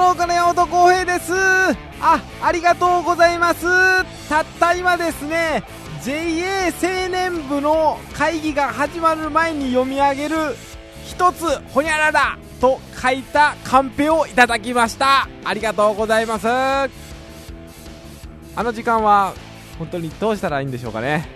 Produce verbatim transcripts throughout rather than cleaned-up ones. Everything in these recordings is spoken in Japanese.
農家の山本浩平です。あ、ありがとうございます。たった今ですね ジェイエー 青年部の会議が始まる前に読み上げる一つほにゃららと書いたカンペをいただきました。ありがとうございます。あの時間は本当にどうしたらいいんでしょうかね。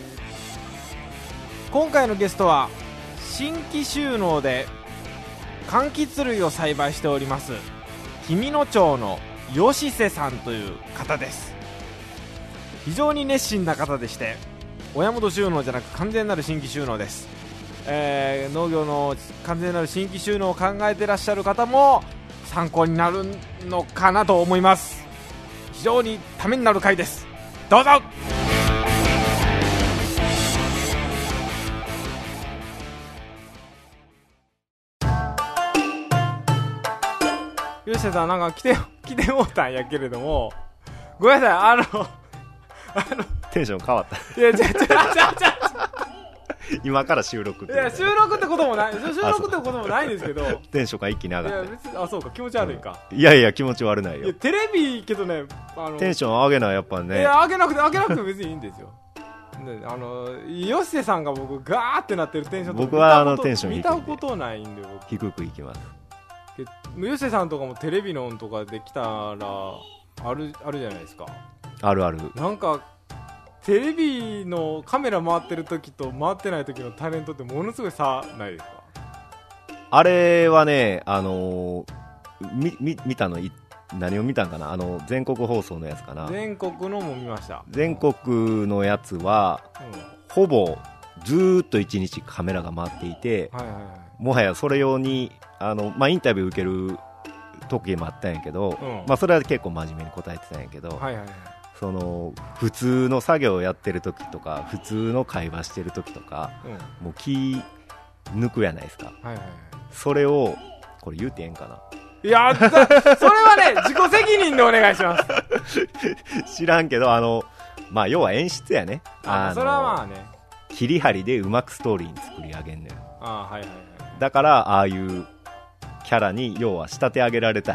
今回のゲストは新規収納で柑橘類を栽培しております紀美野町の吉瀬さんという方です。非常に熱心な方でして、親元収納じゃなく完全なる新規収納です。えー、農業の完全なる新規収納を考えてらっしゃる方も参考になるのかなと思います。非常にためになる回です。どうぞ。吉瀬さん、なんか来て来てもうたんやけれども、ごめんなさい、あのあのテンション変わったいや、ちゃちゃちゃちゃ今から収録って。 いや、収録ってこともない、収録ってこともないんですけど、 テンションが一気に上がって。 いや別に、あ、そうか、気持ち悪いか、 うん、いやいや気持ち悪ないよ。 いやテレビけどね、あのテンション上げない、やっぱね。 いや、上げなくて上げなくて別にいいんですよ。で、あの吉瀬さんが僕ガーってなってるテンションとか僕はあのテンション低いんで見たことないんで、僕低くいきます。 吉瀬さんとかもテレビのとかできたらあるあるじゃないですか。 あるある。 なんかテレビのカメラ回ってる時と回ってない時のタレントってものすごい差ないですか？ あれはね、あのー、みみ見たのい何を見たんかな、あの全国放送のやつかな。 全国のも見ました。 全国のやつは、うん、ほぼずーっと一日カメラが回っていて、はいはいはい、もはやそれ用にあの、まあ、インタビュー受ける時もあったんやけど、うん、まあ、それは結構真面目に答えてたんやけど、はいはいはい、その普通の作業をやってる時とか普通の会話してる時とか、うん、もう気抜くやないですか、はいはいはい、それをこれ言うてええんかな。 いやそれはね自己責任でお願いします知らんけど、あの、まあ、要は演出やね。 ああ、それはまあね、 切り張りでうまくストーリーに作り上げんねん。 あ、はいはいはい、 だからああいうキャラに要は仕立て上げられた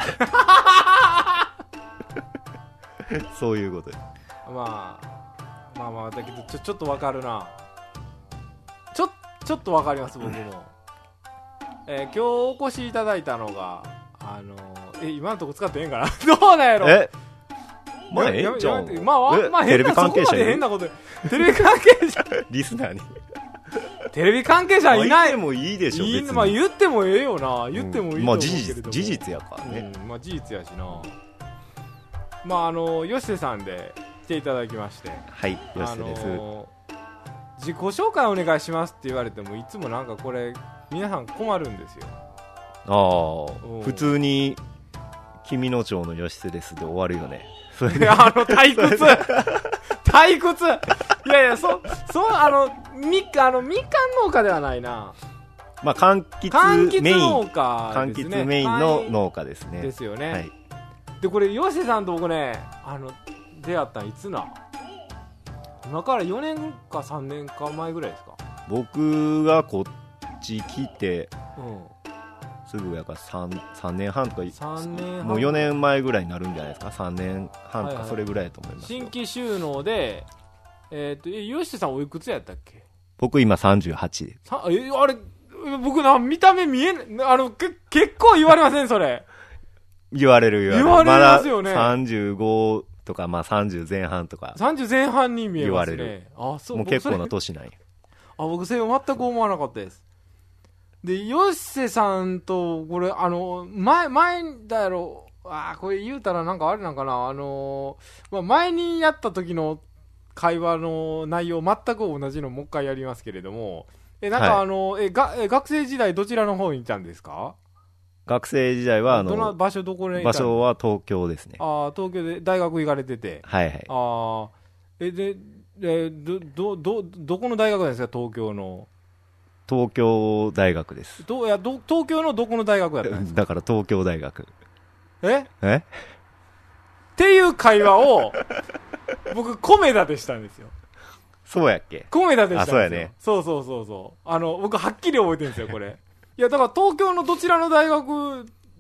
そういうことです。 まあまあまあだけどちょちょっとわかるな。ちょちょっとわかります僕も、えー、今日お越しいただいたのがあのー、え今のとこ使ってええんかなどうなんやろ。 えまあええんちゃう。 まあまあテレビ関係者変なことテレビ関係者リスナーにテレビ関係者いない。 言ってもいいでしょ別に。 まあ、言ってもええよな。言ってもいいと思うけれども、うん、まあ、事実、事実やからね、 うん、まあ事実やしな。まああの吉瀬さんで来ていただきまして、 はい吉瀬です、あのー、自己紹介お願いしますって言われてもいつもなんかこれ皆さん困るんですよ。 ああ、普通に紀美野町の吉瀬ですで終わるよね。それであの退屈退屈いやいや、そ、そう、あの、み、あの、みかん農家ではないな。 まあ、柑橘メイン。 柑橘農家ですね。 柑橘メインの農家ですね。 ですよね。 はい。 で、これ、吉瀬さんと僕ね、あの、出会ったんいつな今からよねんかさんねんか前ぐらいですか。 僕がこっち来て、 うん。 すぐやから 3, さんねんはんとかさんねんはんもうよねんまえぐらいになるんじゃないですか。さんねんはんとかそれぐらいだと思います、 はいはい、新規収納で、えー、っと吉瀬さんおいくつやったっけ？ 僕今さんじゅうはちで。 さえあれ僕な見た目見えんあのけ結構言われませんそれ。 言われる言われる。 言われますよね。 まださんじゅうごとかまあさんじゅう前半とかさんじゅう前半に見えますね。 言われる。 あ、そう。 もう結構な年なんや。 あ、僕それ全く思わなかったです。で吉瀬さんとこれあの前前だろう、あこれ言うたらなんかあれなんかな、あの、まあ、前にやった時の会話の内容全く同じのもう一回やりますけれども、えなんかあの、はい、えがえ学生時代どちらの方にいたんですか？ 学生時代はあのどの場所どこにいた場所は東京ですね。 ああ、東京で大学行かれてて、 はいはい。 ああ、えでえどどどどこの大学なんですか？東京の。 東京大学です。 どいやど東京のどこの大学やったんですか？ だから東京大学。 ええっていう会話を僕コメダでしたんですよ。 そうやっけ？ コメダでしたんですよ。 あ、そうやね。 そうそうそうそう。あの僕はっきり覚えてるんですよこれ。いやだから東京のどちらの大学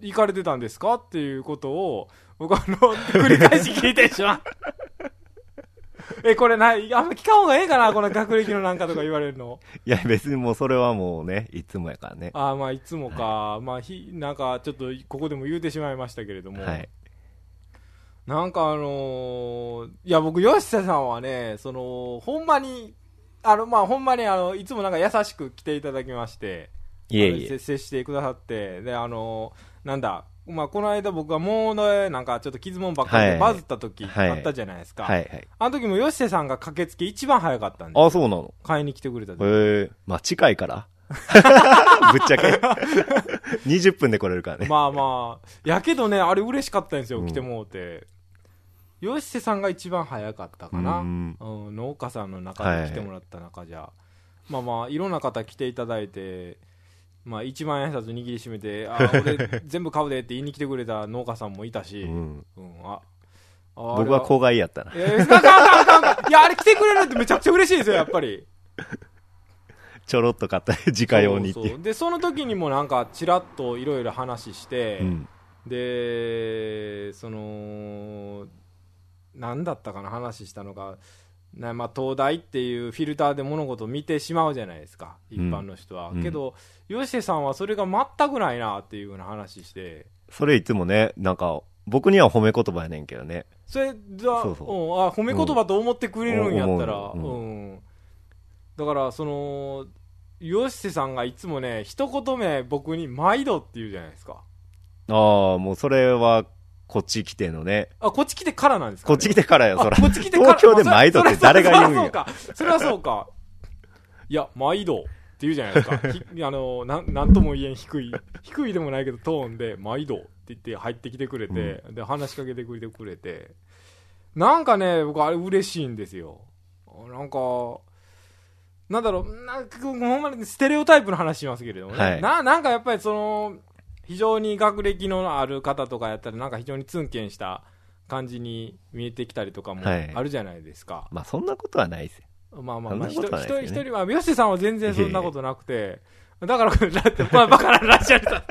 行かれてたんですかっていうことを僕はあの繰り返し聞いてしまうえこれないあんま聞かんほうがええかなこの学歴のなんかとか言われるの。 いや別にもうそれはもうねいつもやからね。 ああまあいつもか、はい、まあひなんかちょっとここでも言うてしまいましたけれども、はい、なんかあのー、いや僕吉瀬さんはねそのほんまにあのまあほんまにあのいつもなんか優しく来ていただきまして、 いえいえ接してくださってであのー、なんだまあ、この間僕はもうねなんかちょっと傷もんばっかりでバズった時あったじゃないですか、 はいはいはい、 あの時も吉瀬さんが駆けつけ一番早かったんですよ。 あそうなの。 買いに来てくれた時。 へえまあ近いからぶっちゃけにじゅっぷんで来れるからね。 まあまあやけどねあれ嬉しかったんですよ、うん、来てもうて吉瀬さんが一番早かったかな、うん、うん、農家さんの中で来てもらった中じゃ、はい、まあまあいろんな方来ていただいてまあ、いちまん円札握りしめてあ俺全部買うでって言いに来てくれた農家さんもいたし、うんうん、ああ僕は公害やったな。 いやあかんあかんあかんいやあれ来てくれるってめちゃくちゃ嬉しいですよやっぱりちょろっと買った自家用にっていう。 そうそうでその時にもなんかちらっといろいろ話して、うん、でその何だったかな話したのがなまあ、東大っていうフィルターで物事を見てしまうじゃないですか一般の人は、うん、けど吉瀬さんはそれが全くないなっていうような話して。 それいつもねなんか僕には褒め言葉やねんけどねそれじゃあ、そうそう、うん、あ褒め言葉と思ってくれるんやったら、うんうん、だからその吉瀬さんがいつもね一言目僕に毎度って言うじゃないですか。 ああもうそれはこっち来てのね。 あ、こっち来てからなんですか、ね、 こっち来てからよ、そら。 こっち来てから。 東京で毎度って誰が言うんや。 それはそうか。いや、毎度って言うじゃないですか。あの、なん、なんとも言えん低い、低いでもないけどトーンで、毎度って言って入ってきてくれて、うん、で、話しかけてくれてくれて、なんかね、僕あれ嬉しいんですよ。なんか、なんだろう、なんか、ほんまにステレオタイプの話しますけれどもね。はい、な、なんかやっぱりその、非常に学歴のある方とかやったらなんか非常にツンケンした感じに見えてきたりとかもあるじゃないですか、はい、 まあそんなことはないですよ。まあまあまあ一人一人は吉瀬さんは全然そんなことなくてだからだってバカなラジャルさんい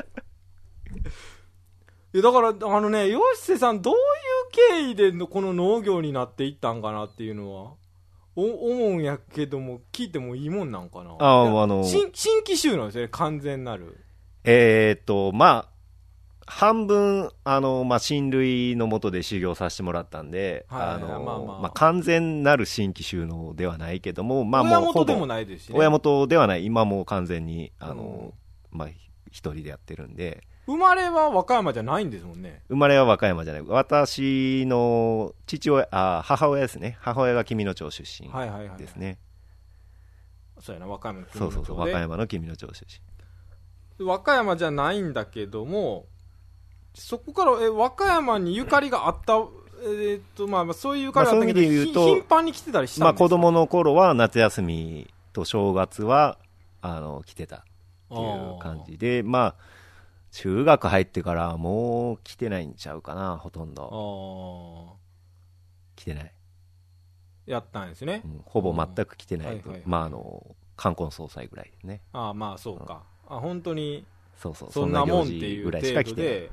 やだからあのね吉瀬さんどういう経緯でこの農業になっていったんかなっていうのはお思うんやけども聞いてもいいもんなんかな。 ああの新新規収納ですよね完全なる。 えー、っとまあ半分あの、まあ、親類の下で修行させてもらったんで、あの完全なる新規収納ではないけども、まあ、もう親元でもないですし、ね、 親元ではない今もう完全にあの、うんまあ、一人でやってるんで。 生まれは和歌山じゃないんですもんね。 生まれは和歌山じゃない。私の父親あ母親ですね。母親が紀美野町出身ですね、はいはいはいはい、 そうやな和歌山の紀美野町で。そうそうそう和歌山の紀美野町出身。 和歌山じゃないんだけどもそこからえ和歌山にゆかりがあった、えーっとまあ、そういうゆかりがあったけど、まあ、そういう意味で言うと頻繁に来てたりしたんですか。 まあ、子供の頃は夏休みと正月はあの来てたっていう感じで、まあ中学入ってからもう来てないんちゃうかなほとんど。来てないやったんですね、 うん、ほぼ全く来てない、はいはいはい、まああの冠婚葬祭ぐらいですね。 ああまあそうか、うん、あ本当にそうそうそんなもんっていう程度で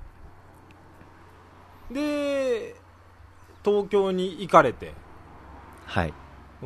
で東京に行かれてはい、 うん、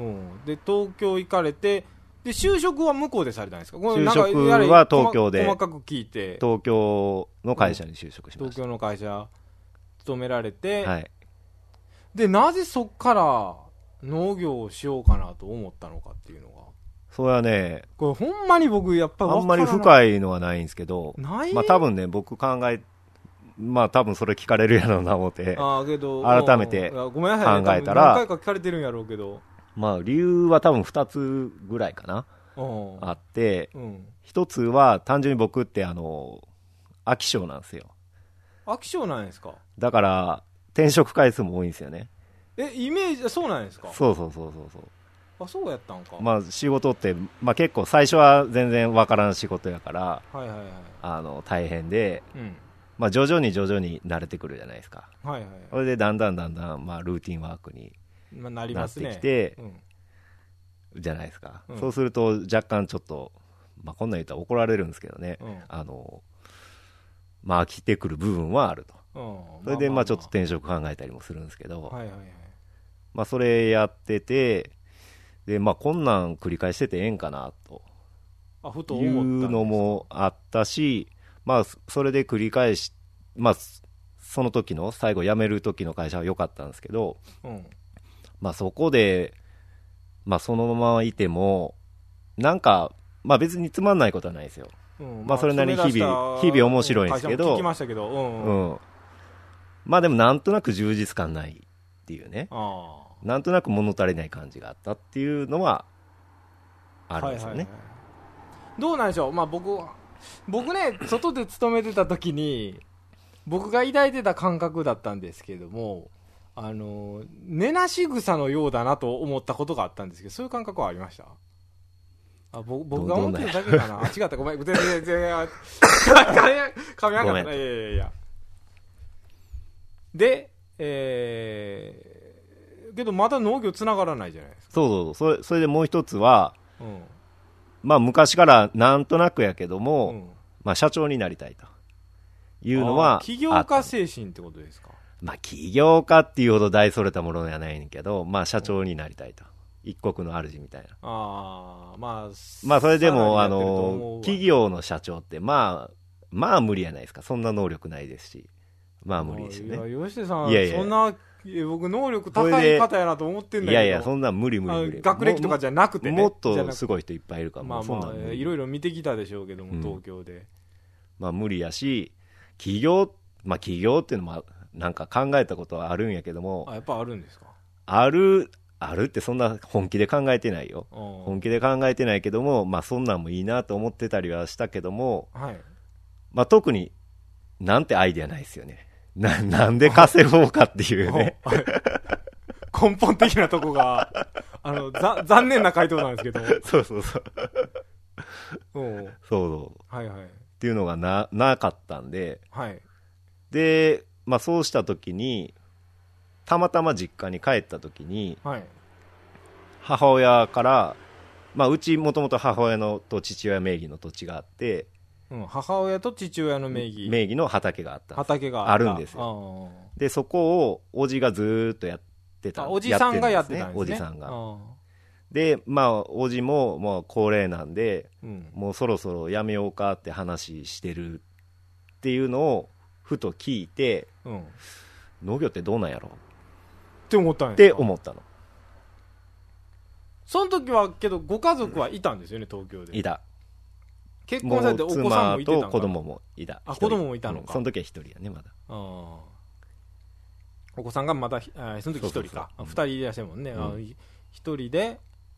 で東京行かれてで就職は向こうでされたんですか。 就職は東京で細かく聞いて東京の会社に就職しました、 うん、東京の会社勤められて、 はい、 でなぜそっから農業をしようかなと思ったのかっていうのがそれはねこれほんまに僕やっぱりあんまり深いのはないんですけどないまあ多分ね僕考えまあ多分それ聞かれるやろうな思ってあけど改めて考えたら何回か聞かれてるんやろうけどまあ理由は多分ふたつぐらいかなあって、うん、ひとつは単純に僕ってあの飽き性なんですよ。 飽き性なんですか。 だから転職回数も多いんですよね。 えイメージそうなんですか。 そうそうそうそうそうあそうやったんか。 まあ仕事って、まあ、結構最初は全然わからん仕事やから、 はいはいはい、 あの大変で、 うんまあ、徐々に徐々に慣れてくるじゃないですか、 はいはいはい、 それでだんだんだんだん、まあ、ルーティンワークになってきて、 まあねうん、じゃないですか、 うん、 そうすると若干ちょっと、まあ、こんなん言ったら怒られるんですけどね、 うん、 あのまあ飽きてくる部分はあると、 うん、 それでまあちょっと転職考えたりもするんですけど、 はいはいはい、 まあそれやってて、でまあこんなん繰り返しててええんかなとあふという思ったんですかのもあったし、まあそれで繰り返し、まあその時の最後辞める時の会社は良かったんですけど、 うん、 まあそこでまあそのままいてもなんかまあ別につまんないことはないですよ、うん、まあそれなりに日々日々面白いんですけど、 聞きましたけど、うんうんうん、まあでもなんとなく充実感ないっていうね、あなんとなく物足りない感じがあったっていうのはあるんですよね、はいはいはい、 どうなんでしょう、まあ僕僕ね外で勤めてた時に僕が抱いてた感覚だったんですけども、あの寝なし草のようだなと思ったことがあったんですけど、そういう感覚はありました？あぼ僕が思ってるだけかな。あ違ったごめん全然全然噛み合わなかった。いやいやいやで、えー、けどまだ農業つながらないじゃないですか。 そうそうそれそれでもう一つは、 うん、 まあ昔からなんとなくやけども、うん、まあ社長になりたいというのは起業家精神ってことですか？ まあ起業家っていうほど大それたものではないんけど、まあ社長になりたいと、一国の主みたいな。 あまあまあそれでもあの企業の社長ってまあまあ無理やないですか。そんな能力ないですし、まあ無理ですよね。 いや吉手さんいやいやそんな僕能力高い方やなと思ってんだけど、 いやいやそんな無理無理無理。 学歴とかじゃなくてね、 もっとすごい人いっぱいいるから、 まあまあいろいろ見てきたでしょうけども、うん、東京でまあ無理やし、起業まあ起業っていうのもなんか考えたことはあるんやけども、 あやっぱあるんですか？ あるあるってそんな本気で考えてないよ。本気で考えてないけども、まあそんなんもいいなと思ってたりはしたけども、はい、まあ特になんてアイデアないですよね。な, なんで稼ごうかっていうね根本的なとこがあのざ残念な回答なんですけどそうそうそうそうそう、はいはい、っていうのが な, なかったんで、はい、で、まあ、そうした時にたまたま実家に帰った時に、はい、母親から、まあ、うちもともと母親のと父親名義の土地があって、 うん、母親と父親の名義名義の畑があった畑が あ, あるんですよ。でそこをおじがずっとやってた、 おじさんがやってたんですね。 おじさんがでまあおじももう高齢なんで、うん、もうそろそろやめようかって話してるっていうのをふと聞いて、うん、農業ってどうなんやろって思ったんですか？ って思ったの。 その時はけどご家族はいたんですよね、東京で。 いた。 結婚されてお子さんもいてたんか。 妻と子供もいた。 あ、子供もいたのか、 うん、その時は一人やねまだ。 あお子さんがまだあその時一人か。二人いらっしゃるもんね。一、うん、人で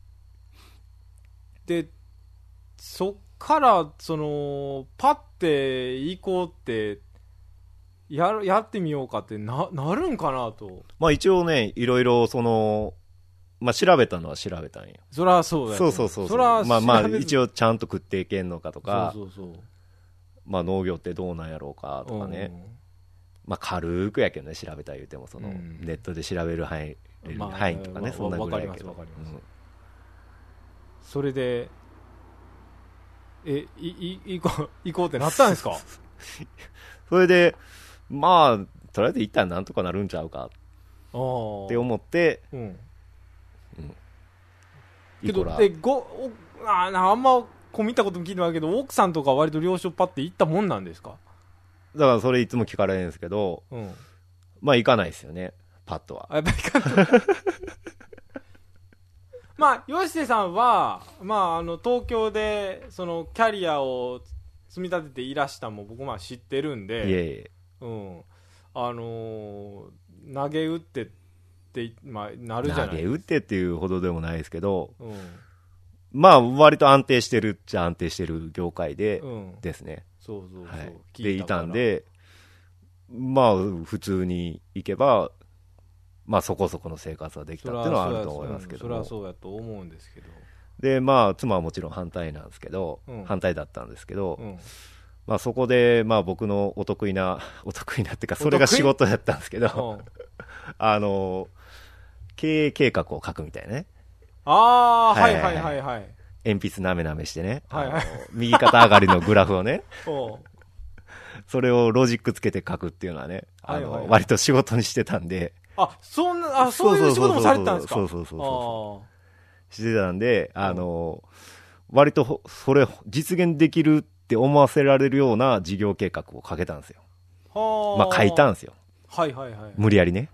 でそっからそのパッて行こうってやるやってみようかって な, なるんかなと。 まあ一応ねいろいろそのまあ調べたのは調べたんよ。 そりゃそうだよ、 そうそうそうそう。まあまあ一応ちゃんと食っていけんのかとか、 そうそうそう。 まあ農業ってどうなんやろうかとかね。まあ軽くやけどね調べた言うてもその、うん、ネットで調べる範囲、まあ、範囲とかね、まあ、そんなぐらいやけど。わかりますわかります、うん。 それでえいい行こう行こうってなったんですか？ それでまあとりあえず一旦なんとかなるんちゃうかって思って。うん。うんけどでごああんまこう見たことも聞いてないけど奥さんとか割と了承パッて行ったもんなんですか？ だからそれいつも聞かれるんですけど、うん、まあ行かないですよねパッとは。 やっぱり行かないまあ吉瀬さんは、まあ、あの東京でそのキャリアを積み立てていらしたも僕まあ知ってるんで、 いえいえ、 うん、あのー、投げ打ってって、まあ、なるじゃないですか。 投げ打ってっていうほどでもないですけど、うん、まあ割と安定してるっちゃ安定してる業界で、うん、ですね。 そうそうそう、はい、 でいたんで、まあ普通に行けばまあそこそこの生活はできたっていうのはあると思いますけど、 それはそうやと思うんですけど、 でまあ妻はもちろん反対なんですけど、うん、反対だったんですけど、うん、まあそこでまあ僕のお得意なお得意なっていうかそれが仕事だったんですけど、あの経営計画を書くみたいなね。 ああー、はいはいはいはい。 鉛筆なめなめしてね、 はいはい、 右肩上がりのグラフをねそれをロジックつけて書くっていうのはね、あの、はいはいはい、割と仕事にしてたんで。 あ、そんな、あ、そういう仕事もされてたんですか？ そうそうそうそうしてたんで、あの、割とそれ実現できるって思わせられるような事業計画を書けたんですよ。はまあ書いたんですよ。 はいはいはい。 無理やりね。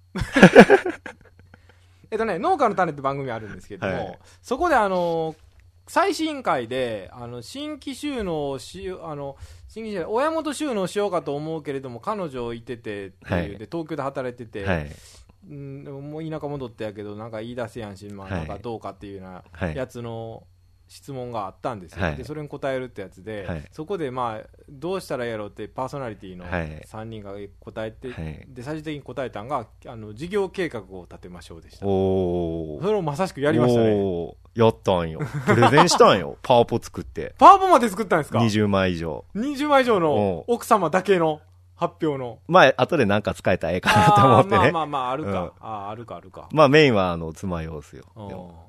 えっとね、農家の種って番組あるんですけども、はい、そこであの、最新回で、あの、新規収納をし、あの、新規収納、親元収納しようかと思うけれども、彼女いててっていう、はい、で、東京で働いてて、はい、うん、もう田舎戻ってやけど、なんか言い出せやんし、まあ、なんかどうかっていうようなやつの、質問があったんですよ、はい、でそれに答えるってやつで、はい、そこでまあどうしたらいいやろうってパーソナリティのさんにんが答えて、はい、で最終的に答えたのがあの事業計画を立てましょうでした。おそれをまさしくやりましたね。おやったんよ。プレゼンしたんよ。パワポ作ってパワポまで作ったんですか？ にじゅうまい以上にじゅうまい以上の奥様だけの発表の、 まあ後で何か使えたらええかなと思ってね。 まあまあまああるか、うん、ああるかあるか。 まあメインはあの妻用っすよ。でも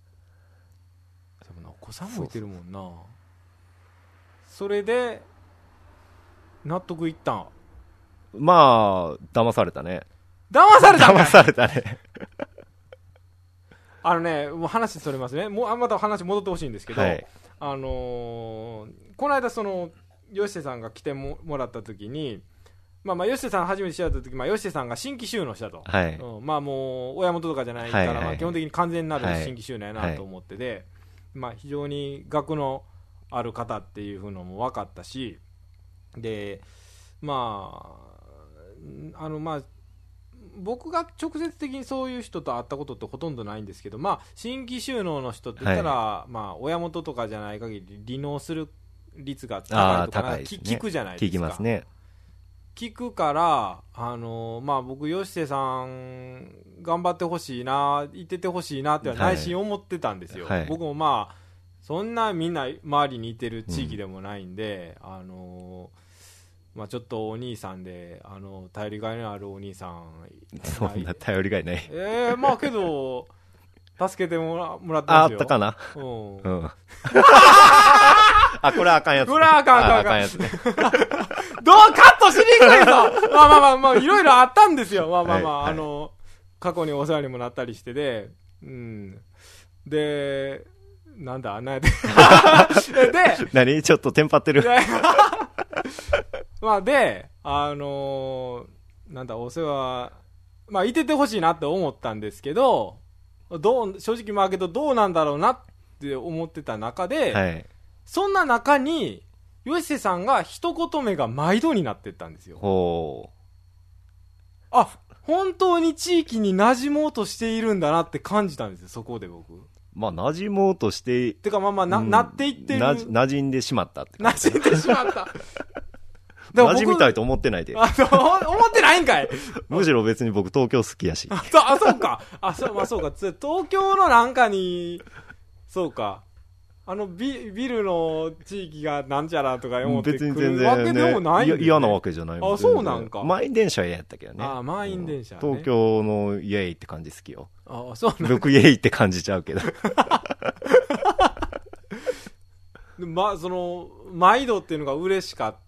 お子さんもいてるもんな。 そ, それで納得いったん？ まあ騙されたね。 騙されたんかい？ 騙されたね。 あのね、もう話それますね。もうまた話戻ってほしいんですけど、はい、あのー、この間その吉瀬さんが来て も, もらった時に、まあまあ吉瀬さん初めて知られた時、まあ吉瀬さんが新規収納したと、はい、うん、まあもう親元とかじゃないから、はいはいはい、まあ、基本的に完全なる新規収納やなと思ってで、はいはい、まあ、非常に学のある方っていうのも分かったし、でまああのまあ僕が直接的にそういう人と会ったことってほとんどないんですけど、まあ新規収納の人って言ったら、はい、まあ親元とかじゃない限り離農する率が高いとかな、ね、聞くじゃないですか。 聞きますね。 聞くからあのまあ僕吉瀬さん頑張ってほしいな、言っててほしいなって内心思ってたんですよ、はいはい、僕もまあそんなみんな周りにいてる地域でもないんで、うん、あのまあちょっとお兄さんであの頼りがいのあるお兄さん、 そんな頼りがいない。 ええー、まあけど助けても ら, もらってますよ。 あったかな。うん。うん、あ、これあかんやつ。 これあかんあかんあかんやつね。どうカットしにくいぞ。まあまあまあまあいろいろあったんですよ。まあまあまあ、はい、あの過去にお世話にもなったりしてで、うん。で、なんだなんで。で、 何ちょっとテンパってる。 まあで、あのー、なんだお世話、まあいててほしいなって思ったんですけど、どう正直まあけどどうなんだろうなって思ってた中で、はい、そんな中に吉瀬さんが一言目が毎度になってったんですよ。ほう。あ、本当に地域に馴染もうとしているんだなって感じたんですよ、そこで僕。 まあ馴染もうとしててかまあまあ な,、うん、なっていってる、 な馴染んでしまったって馴染んでしまった馴染みたいと思ってないで。 あ、思ってないんかい。 むしろ別に僕東京好きやし。 あ、そ, あそうか。あ、そう、まあそうか。東京のなんかに、そうか。あの ビ, ビルの地域がなんちゃらとか思ってくるわけでもないんで、ね、 嫌なわけじゃないもん。 あ、そうなんか。 満員電車やったけどね。 あ、満員電車、ね、 東京のイエイって感じ好きよ。 あ、そうなんか。 僕イエイって感じちゃうけど。 まあその毎度っていうのが嬉しかって、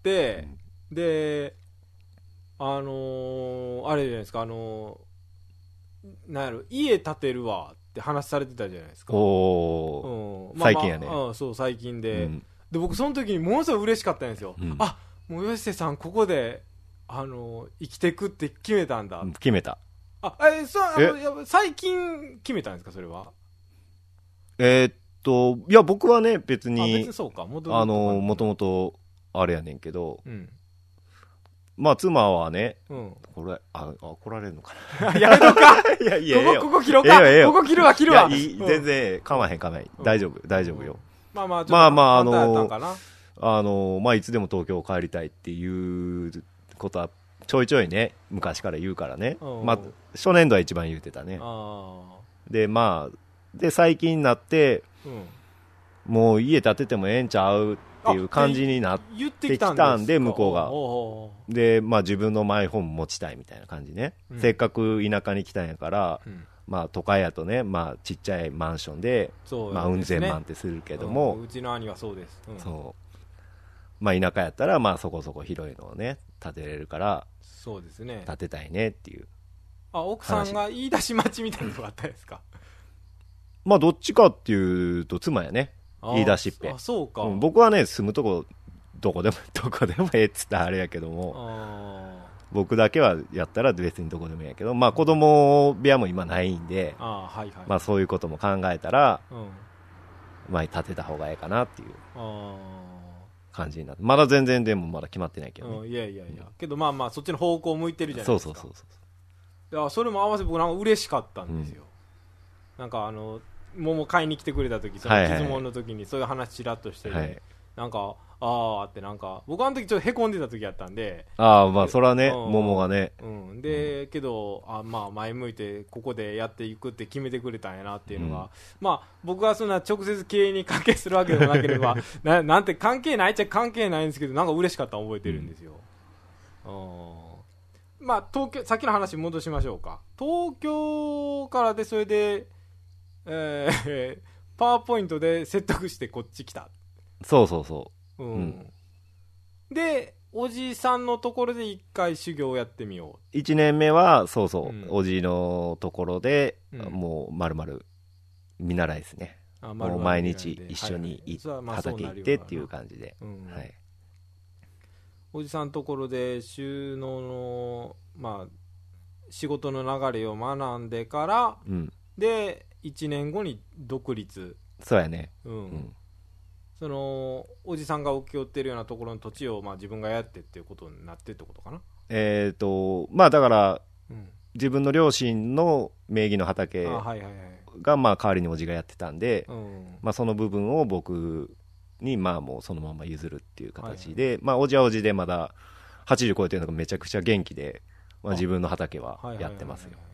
うん、であのー、あれじゃないですか、あのー、なんやろ家建てるわって話されてたじゃないですか。 おー、うん、まあまあ、最近やね。 うん、そう最近で、うん、で僕その時にものすごい嬉しかったんですよ、うん、あ、もう吉瀬さんここで、あのー、生きてくって決めたんだ、うん、 決めた。 あ、えー、そう、あの最近決めたんですかそれは。 えー、っといや僕はね別に、 あ、別にそうか、もとあのもともとあれやねんけど、うん、まあ妻はね、うん、これあ怒られるのかな。 やめとか。 いやいや、 ここここ切ろうか。ええよ、ここ切るわ切るわ。 いやいい、全然構わへん構わへん、うん、大丈夫大丈夫よ。 まあまあまあまああのあのまあいつでも東京帰りたいっていうことはちょいちょいね昔から言うからね。まあ初年度は一番言うてたね。あでまあで最近になって、うん、もう家建ててもええんちゃうっていう感じになってきたんで向こうが。おうでまあ自分のマイホーム持ちたいみたいな感じね、うん、せっかく田舎に来たんやから、うん、まあ都会やとね、まあちっちゃいマンションで、まあうん千万ってするけども、 うん、うちの兄はそうです、うん、 そまあ田舎やったらまあそこそこ広いのをね建てれるからそうですね建てたいねっていう。 あ、奥さんが言い出し待ちみたいなのがあったんですか？ まあどっちかっていうと妻やね、言い出しっぺ。 あ、そうか、うん、 僕はね住むとこどこでもどこでもええっつったらあれやけども、 あ僕だけはやったら別にどこでもいいやけど、まあ子供部屋も今ないんで、 あ、はいはい、 まあそういうことも考えたら、 うん、 まあ建てた方がええかなっていうあ感じになって、まだ全然でもまだ決まってないけどね、 うん、いやいやいや、けどまあまあそっちの方向向いてるじゃないですか。 そうそうそうそう。 いやそれも合わせて僕なんか嬉しかったんですよ、うん、なんかあの桃買いに来てくれた時、その傷物の時にそういう話ちらっとしてて、はいはい、なんかあーってなんか僕あの時ちょっとへこんでた時やったんで、 ああまあそれはね、うん、桃がね、 うん、で、うん、けどあまあ前向いてここでやっていくって決めてくれたんやなっていうのが、うん、まあ僕はそんな直接経営に関係するわけでもなければな, なんて関係ないっちゃ関係ないんですけど、なんか嬉しかったの覚えてるんですよ、うん、まあ東京、さっきの話戻しましょうか。東京からでそれで、えー、パワーポイントで説得してこっち来た。 そうそうそう、 うんうん、でおじさんのところで一回修行をやってみよう。 いちねんめはそうそう、うん、おじのところで、うん、もう丸々見習いですね。あ丸々もう毎日一緒に、はいはい、畑行ってっていう感じで、うんはい、 おじさんのところで収納の、まあ、仕事の流れを学んでから、うん、でいちねんごに独立。 そうやね、 うんうん、そのおじさんが請け負ってるようなところの土地を、まあ、自分がやってっていうことになってってことかな。 えっ、ー、とまあだから、うん、自分の両親の名義の畑が、はいはいはい、まあ代わりにおじがやってたんで、うんまあ、その部分を僕にまあもうそのまま譲るっていう形で、はいはい、まあおじはおじでまだはちじゅう超えてるのがめちゃくちゃ元気で、まあ、自分の畑はやってますよ、はいはいはいはい、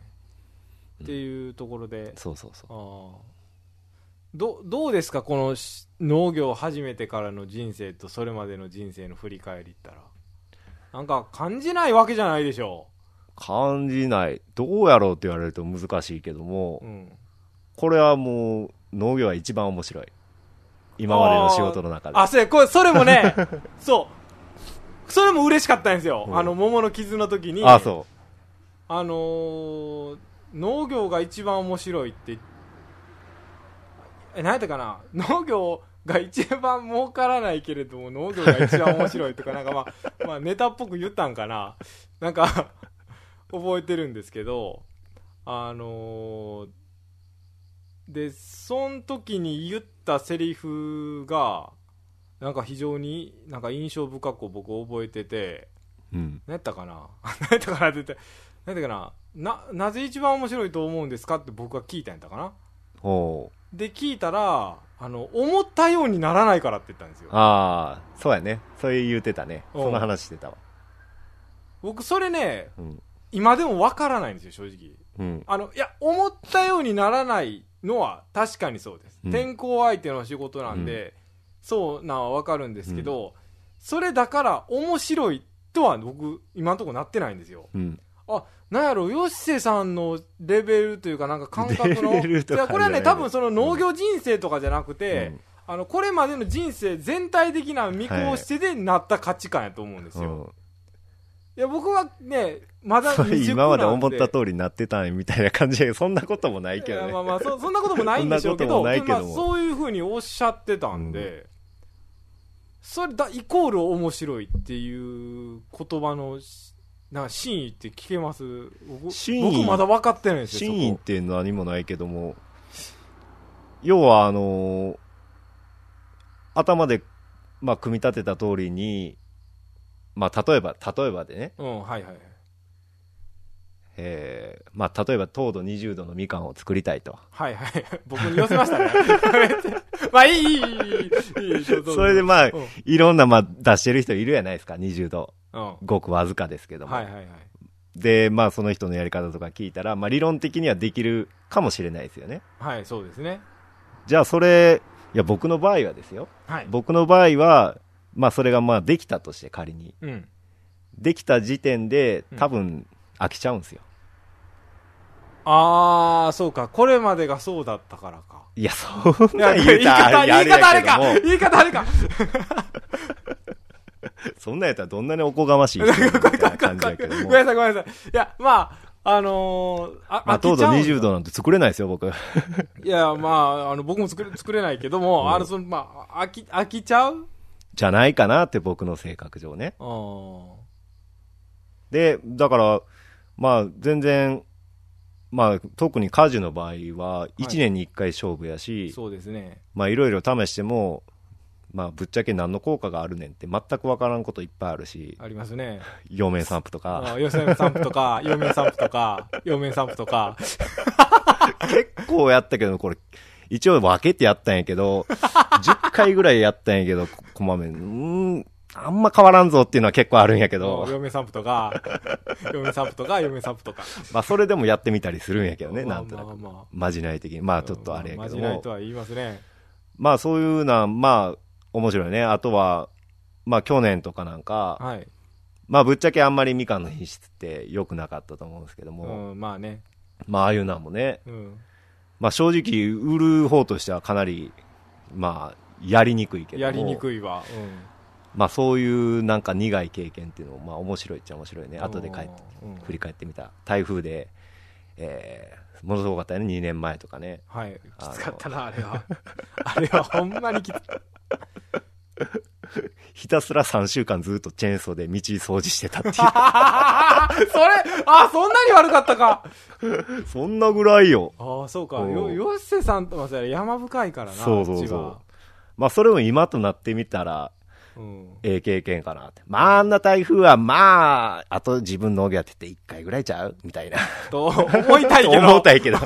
っていうところで、 そうそうそう、 あど, どうですかこの農業を始めてからの人生とそれまでの人生の振り返りったらなんか感じないわけじゃないでしょう。 感じない。どうやろうって言われると難しいけども、うん、これはもう農業は一番面白い、今までの仕事の中で。 ああそれこれそれもねそうそれも嬉しかったんですよ、うん、あの桃の傷の時に、 あそうあのー、農業が一番面白いって言ってえ何やったかな、農業が一番儲からないけれども農業が一番面白いとかなんか、まあ、まあネタっぽく言ったんかな、なんか覚えてるんですけど、あのー、でその時に言ったセリフがなんか非常になんか印象深く僕覚えてて、うん、何やったかな何やったかなって言って何やったかな、ななぜ一番面白いと思うんですかって僕が聞いたんやったかな。 おで聞いたらあの思ったようにならないからって言ったんですよ。 ああそうやね、そういう言うてたね、その話してたわ。 僕それね、うん、今でもわからないんですよ正直、うん、あのいや思ったようにならないのは確かにそうです、うん、天候相手の仕事なんで、うん、そうなんはわかるんですけど、うん、それだから面白いとは僕今のところなってないんですよ、うん、あなんやろ吉瀬さんのレベルというかなんか感覚のいやこれはね多分その農業人生とかじゃなくて、うん、あのこれまでの人生全体的な見越してでなった価値観やと思うんですよ、はい、いや僕はねまだ未熟なんで今まで思った通りになってたみたいな感じでそんなこともないけどね。いやまあまあそ, そんなこともないんでしょうけどまあ、そういう風におっしゃってたんで、うん、それだイコール面白いっていう言葉のなんか真意って聞けます？僕まだ分かってないんですよ。 真意って何もないけども、要はあのー、頭で、まあ、組み立てた通りに、まあ、例えば例えばでね、 うんはいはい、 えー、まあ例えば糖度にじゅうどのみかんを作りたいと、 はいはい僕に寄せましたねまあいいいいいいいいそれでまあ、うん、いろんなまあ出してる人いるじゃないですか、にじゅうど、うん、ごくわずかですけども、はいはいはい、でまあその人のやり方とか聞いたら、まあ、理論的にはできるかもしれないですよね。 はいそうですね。 じゃあそれいや僕の場合はですよ、はい、僕の場合はまあそれがまあできたとして仮に、うん、できた時点で多分飽きちゃうんですよ、 うん、ああそうか、これまでがそうだったからか。 いやそんな言い方言い方あれか言い方あれかそんなんやったらどんなにおこがましい人みたいな感じやけども。 ごめんなさいごめんなさい。いや、まあ、あのー、あ、 まあ、糖度にじゅうどなんて作れないですよ、僕。 いや、まあ、あの、僕も作れ、作れないけども、うん、あの、その、まあ、飽き、飽きちゃうじゃないかなって、僕の性格上ね。で、だから、まあ、全然、まあ、特に果樹の場合はいちねんにいっかい勝負やし、はい、 そうですね。 まあ、いろいろ試しても、まあ、ぶっちゃけ何の効果があるねんって全く分からんこといっぱいあるし。 ありますね。 葉面散布とか。 葉面散布とか、葉面散布とか、葉面散布とか。 結構やったけど、これ、一応分けてやったんやけど、じゅっかいぐらいやったんやけど、こまめに、うーん、あんま変わらんぞっていうのは結構あるんやけど。 葉面散布とか、葉面散布とか、葉面散布とか。 まあ、それでもやってみたりするんやけどね、なんとなく。 まあまあまあ、 まじない的に。まあ、ちょっとあれやけども。 まじないとは言いますね。 まあ、そういうのは、まあ、面白いね。あとは、まあ去年とかなんか、 はい、 まあぶっちゃけあんまりみかんの品質って良くなかったと思うんですけども、 うん、まあね。 まあああいうのもね、 うん、 まあ正直売る方としてはかなり、まあやりにくいけども。 やりにくいわ。うん、 まあそういうなんか苦い経験っていうのもまあ面白いっちゃ面白いね。後で帰って、うん、振り返ってみた。台風で、えー、ものすごかったよね、にねんまえとかね。 はい。きつかったな、あれは。あれはほんまにきつかった。 ひたすらさんしゅうかんずっとチェーンソーで道掃除してたっていう。それ、 あ、そんなに悪かったか。 そんなぐらいよ。 ああ、そうか。よ、よっせさんとは山深いからな。 そうそうそう。まあそれも今となってみたら、うん、ええ経験かなって。まああんな台風はまあ、あと自分農業やってていっかいぐらいちゃうみたいな。 と思いたいけど。 思いたいけど。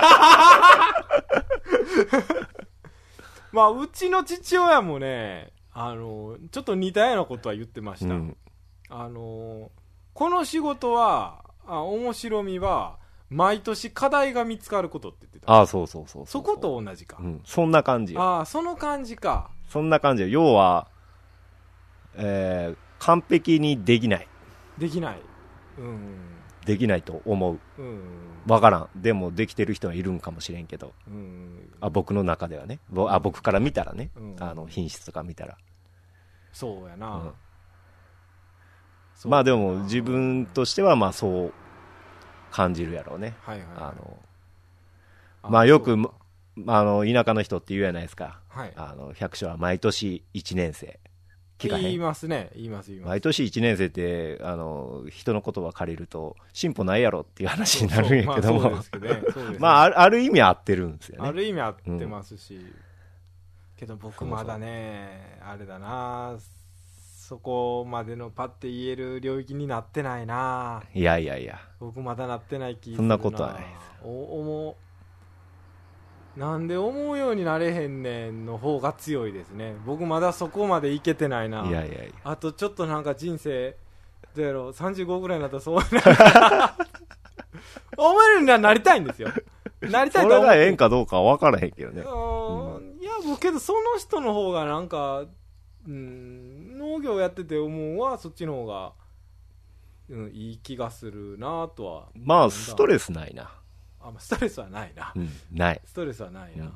まあうちの父親もね、あのちょっと似たようなことは言ってました、うん、あのこの仕事はあ面白みは毎年課題が見つかることって言ってた。 ああ、そうそうそうそう。 そこと同じか、 うん、そんな感じよ。 ああ、その感じか。 そんな感じよ。要は、えー、完璧にできないできない、うん、 できないと思う、 うん、 分からん。でもできてる人はいるんかもしれんけど、うん、あ僕の中ではね、あ僕から見たらね、うん、あの品質とか見たらそうやな、うん、 まあでも自分としてはまあそう感じるやろうね、 はいはいはい、 あのまあよくあの田舎の人って言うやないですか、はい、あの百姓は毎年いちねん生聞かへん。 言いますね、言います言います。 毎年いちねん生ってあの人の言葉借りると進歩ないやろっていう話になるんやけども、まあある意味合ってるんですよね。 ある意味合ってますし、うん、けど僕まだね、そうそうあれだな、そこまでのパッて言える領域になってないな。 いやいやいや、 僕まだなってない気がするな。 そんなことはないです。 お思うなんで思うようになれへんねんの方が強いですね。僕まだそこまでいけてないな。 いやいやいや、 あとちょっとなんか人生どうやろう、さんじゅうごぐらいになったらそうな思えるにはなりたいんですよ。なりたいと思う。 それがええんかどうかは分からへんけどね。 うん、いや僕けどその人の方がなんか、うん、農業やってて思うはそっちの方が、うん、いい気がするなとは。 まあストレスないな。 あ、ストレスはないな、 うん、ない。 ストレスはないな、うんうん、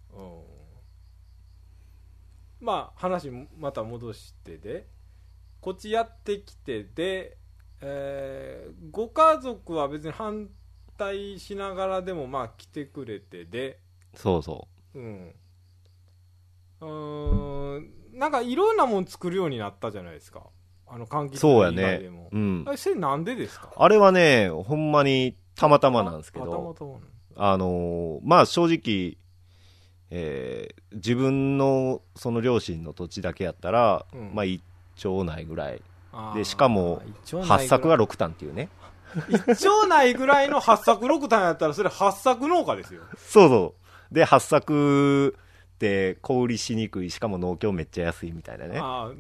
まあ話また戻してでこっちやってきてで、えー、ご家族は別に反対しながらでもまあ来てくれてで、 そうそう、 うん、うーん、なんかいろんなもん作るようになったじゃないですか、あの柑橘以外でも。 そうやね、うん、 あれそれなんでですか？ あれはね、ほんまにたまたまなんですけど、あのー、まあ正直、えー、自分のその両親の土地だけやったら、うん、まあ一丁内ぐらいで、しかも八作がろく単っていうね、 一丁内ぐらいの八作ろく単やったらそれ八作農家ですよ。 そうそうで、八作って小売りしにくい、しかも農協めっちゃ安いみたいなね。あ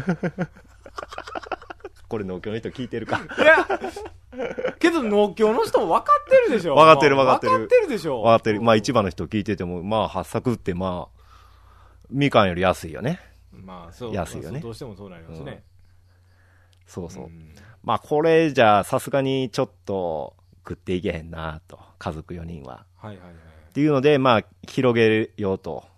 これ農協の人聞いてるか。いやけど農協の人も分かってるでしょ。 分かってる分かってる分かってるでしょ。 分かってる。まあ市場の人聞いてても、まあ八作ってまあみかんより安いよね。 まあそう、 安いよね。 どうしてもそうなりますね、うん、 そうそう、うん、まあこれじゃさすがにちょっと食っていけへんなと、家族よにんは、 はいはいはい、 っていうのでまあ広げようと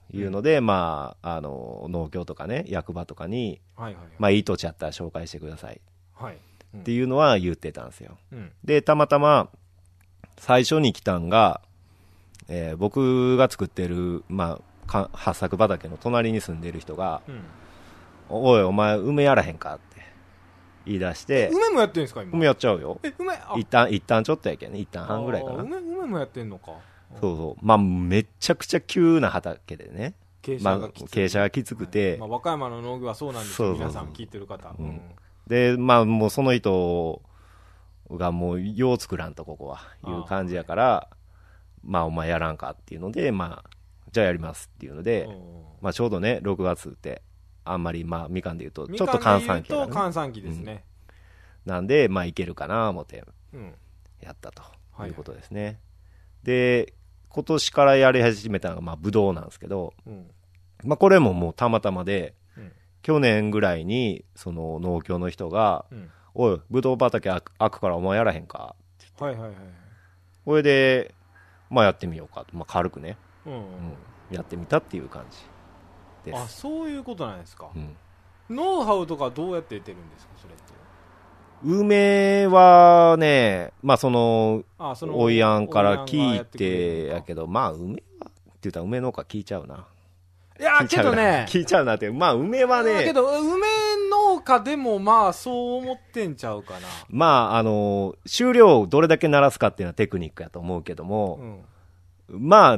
いうので、うん、まあ、あの農協とかね役場とかに、 はいはいはい、 まあ、いい土地あったら紹介してください、 はいうん、 っていうのは言ってたんですよ、 うん、 でたまたま最初に来たんが、えー、僕が作ってる、まあ、八作畑の隣に住んでる人が、うん、おいお前梅やらへんかって言い出して、 梅もやってるんですか今。 梅やっちゃうよ。 え梅一旦一旦ちょっとやけんね、一旦半ぐらいかな。 梅梅もやってんのか。 そうそう、まあめちゃくちゃ急な畑でね、 傾斜がきつく、 まあ、傾斜がきつくて、 はいまあ、和歌山の農業はそうなんですよ。皆さん聞いてる方、 うんうん、でまあもうその人がもうよう作らんとここはいう感じやから、まあお前やらんかっていうので、まあじゃあやりますっていうので、まあちょうどねろくがつってあんまりまあみかんでいうとちょっと閑散期、 ね、閑散期ですね、 うん、なんでまあいけるかな思ってやったということですね、はいはい、で今年からやり始めたのがまあブドウなんですけど、うん、まあこれももうたまたまで、うん、去年ぐらいにその農協の人が、うん、おいブドウ畑開くからお前やらへんかって言って、はいはいはい、これでまあやってみようかと、まあ、軽くね、うんうんうん、やってみたっていう感じです。 あ、そういうことなんですか、うん、ノウハウとかどうやって得てるんですかそれって。 梅はね、まあそのおいやんから聞いてやけど、まあ梅はって言ったら梅農家聞いちゃうな。 いやけどね聞いちゃうなって、まあ梅はね、 けど梅農家でもまあそう思ってんちゃうかな。 まああの収量をどれだけ鳴らすかっていうのはテクニックやと思うけども、うん、まあ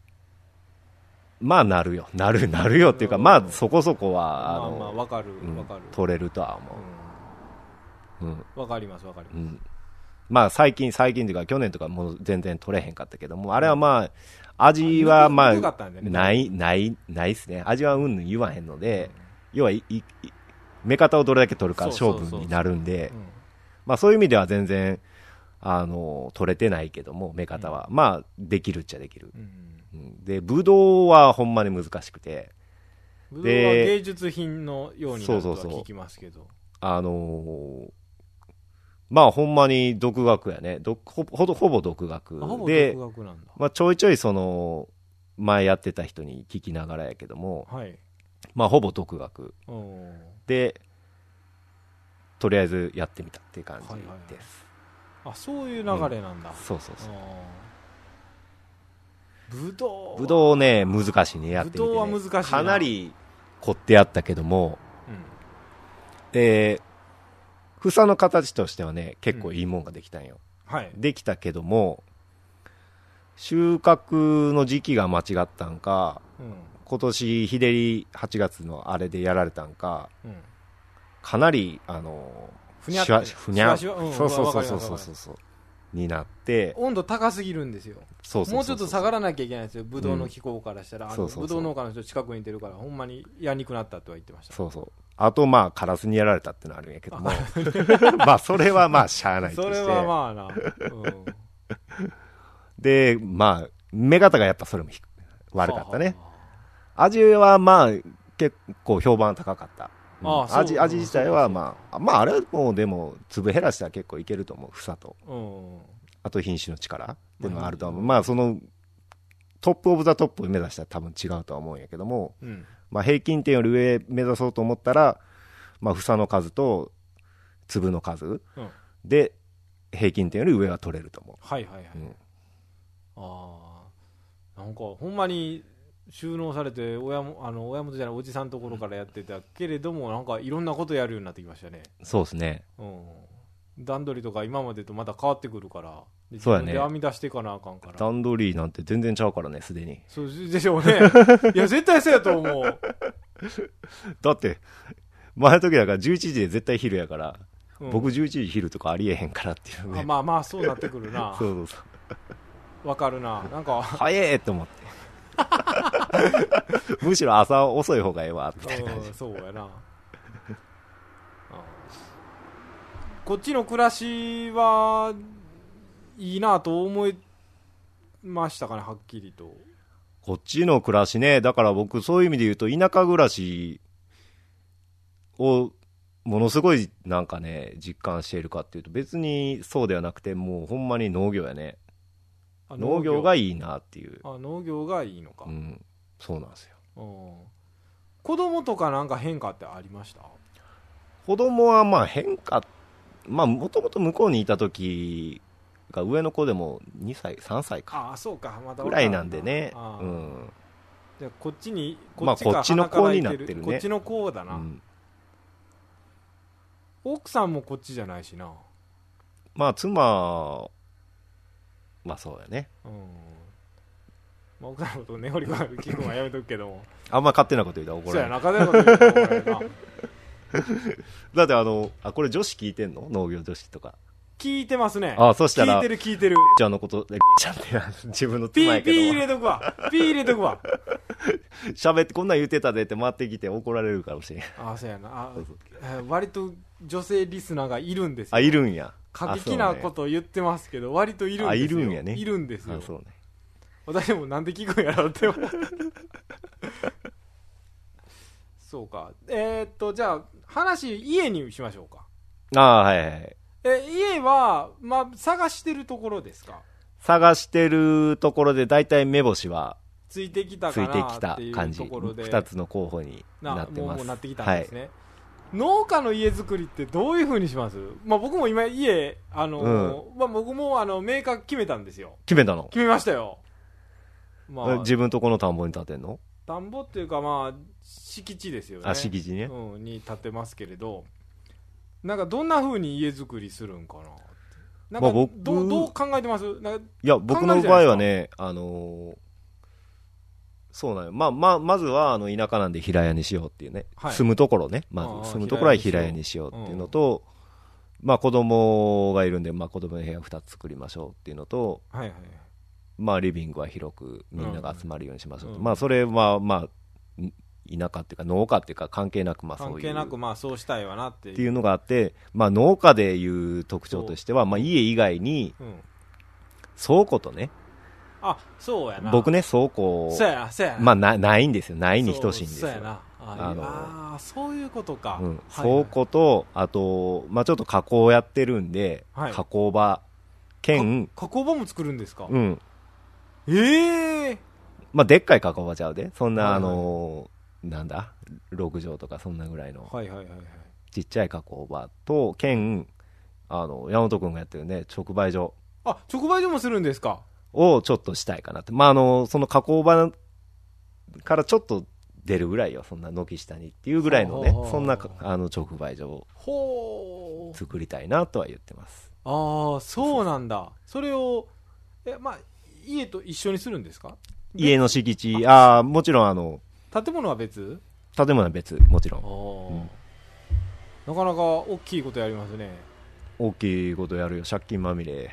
まあなるよなるなるよっていうか、まあそこそこはあの、 まあまあわかるわかる、 うん、取れるとは思う。 うん、わかりますわかります、うん、 まあ最近最近というか去年とかもう全然取れへんかったけども、あれはまあ味はまあないないないっすね。味はうんぬん言わへんので、要はいい目方をどれだけ取るか勝負になるんで、まあそういう意味では全然あの取れてないけども目方は、うん、まあできるっちゃできる、うん、でブドウはほんまに難しくて、 ブドウは芸術品のようになるとは聞きますけど、そうそうそう、 あのーまあほんまに独学やね、どほほほぼ独学で、 独学なんだ、 まあ、ちょいちょいその前やってた人に聞きながらやけども、はい、まあほぼ独学でとりあえずやってみたっていう感じです、はいはいはい、 あ、そういう流れなんだ、 うん、そうそうそう、 ぶどうぶどうね難しいね、やってみて、ね、 ぶどうは難しいな、 かなり凝ってやったけども、うん、で房の形としてはね結構いいもんができたんよ、うん、はい、できたけども収穫の時期が間違ったんか、うん、今年日照りはちがつのあれでやられたんか、うん、かなりあのふにゃってふにゃ、うん、そうそうそうそうそうそうそうになって、 温度高すぎるんですよ。そうそうそうそう、もうちょっと下がらなきゃいけないんですよ、ブドウの気候からしたら、うん、あのブドウ農家の人近くにいてるからほんまにやりにくくなったとは言ってました。 そうそう、あとまあカラスにやられたってのはあるんやけどもまあそれはまあしゃあないとして、 それはまあな、うん、 でまあ目方がやっぱそれも悪かったね、はあはあ、味はまあ結構評判高かった、うん、ああ味味自体はまあまああれもでも粒減らしたら結構いけると思う、房と、うん、あと品種の力っていうのがあるとは思う、まあそのトップオブザトップを目指したら多分違うとは思うんやけども、うん、まあ、平均点より上目指そうと思ったら、まあ、房の数と粒の数で平均点より上は取れると思う。 はいはいはい、うん、ああ、なんかほんまに収納されて親もあの親元じゃないおじさんのところからやってたけれども、なんかいろんなことやるようになってきましたね。 そうですね、 うん、段取りとか今までとまた変わってくるから、 そうやね、 自分で編み出していかなあかんから、 段取りなんて全然ちゃうからね、すでに。 そうでしょうねいや絶対そうやと思うだって前の時だからじゅういちじで絶対昼やから、うん、僕じゅういちじ昼とかありえへんからっていうね。 あ、まあまあそうなってくるなそうそうそうわかるな、なんか早えと思ってむしろ朝遅い方がええわみたいな感じ、 うん、そうやなこっちの暮らしはいいなと思いましたかね、はっきりと。 こっちの暮らしね、だから僕そういう意味で言うと田舎暮らしをものすごいなんかね実感しているかっていうと別にそうではなくて、もうほんまに農業やね。農業がいいなっていう。 あ、農業がいいのか、 うん、そうなんですよ。 うん、子供とかなんか変化ってありました？ 子供はまあ変化、まあもともと向こうにいた時が上の子でもにさいさんさいか、 ああそうか、まだぐらいなんでね、 あ、 うん、 じゃあこっちにこっちが、まあ、こっちの子になってるね。 こっちの子だな、うん、奥さんもこっちじゃないしな。 まあ妻まあそうやね、うん、 まあ、奥さんのこと根掘り聞くのはやめとくけどもあんま勝手なこと言うたら怒られる。 そうやな、勝手なこと言うたら怒られるなだってあのあこれ女子聞いてんの？農業女子とか聞いてますね。 ああ、そしたら聞いてる聞いてるちゃんのことでちゃんって自分の妻やけどピーピー入れとくわピー入れとくわ喋ってこんなん言ってたでって回ってきて怒られるかもしれん。 ああそうやなあそうそう、えー、割と女性リスナーがいるんですよ。 あいるんや。 過激なことを言ってますけど割といるんですよ。 あいるんやね。 いるんですよ。 あそうね。 私もなんで聞くんやろってそうか。えー、っとじゃあ話家にしましょうか。 ああはいはい。 え家は、まあ、探してるところですか？ 探してるところで大体目星はついてきたかなっていうところでふたつの候補になってます。 もう、もうなってきたんですね、はい、農家の家作りってどういう風にします？まあ僕も今家あのーうん、まあ僕もあのメーカー決めたんですよ。 決めたの？ 決めましたよ。 まあ、自分とこの田んぼに建てんの？ 田んぼっていうかまあ敷地ですよね。 あ敷地ね、 うん、に建てますけれど、なんかどんな風に家作りするんかな。なんか、まあ、僕どう、どう考えてます？なんかいや僕の場合はね、あのー、そうなんよ、まあまあ、まずはあの田舎なんで平屋にしようっていうね、はい、住むところね、まず住むところは平屋にしようっていうのと、うん、まあ子供がいるんで、まあ、子供の部屋ふたつ作りましょうっていうのと、はいはい、まあリビングは広くみんなが集まるようにしましょうと、うん、まあそれはまあ田舎っていうか農家っていうか関係なくまあそういう関係なくまあそうしたいわなっていうっていうのがあって、まあ農家でいう特徴としては、まあ家以外に倉庫とね、 あそうやな、 僕ね倉庫そうやなそうやな、 まあなないんですよ、ないに等しいんですよ。 そうやな、あのあそういうことか、 うん、倉庫とあとまあちょっと加工やってるんで、はい、加工場兼加工場も作るんですか？ うん。 ええー、 まあでっかい加工場ちゃうで、そんな、はいはい、あのなんだろくじょうとかそんなぐらいのちっちゃい加工場と兼あの山本君がやってるね直売所、 あ直売所もするんですか？ をちょっとしたいかなって、まああのその加工場からちょっと出るぐらいよ、そんな軒下にっていうぐらいのね、そんなあの直売所を作りたいなとは言ってます。 ああそうなんだ。それをえまあ家と一緒にするんですか？ 家の敷地、ああもちろんあの建物は別？ 建物は別、もちろん、うん、 なかなか大きいことやりますね。 大きいことやるよ、借金まみれ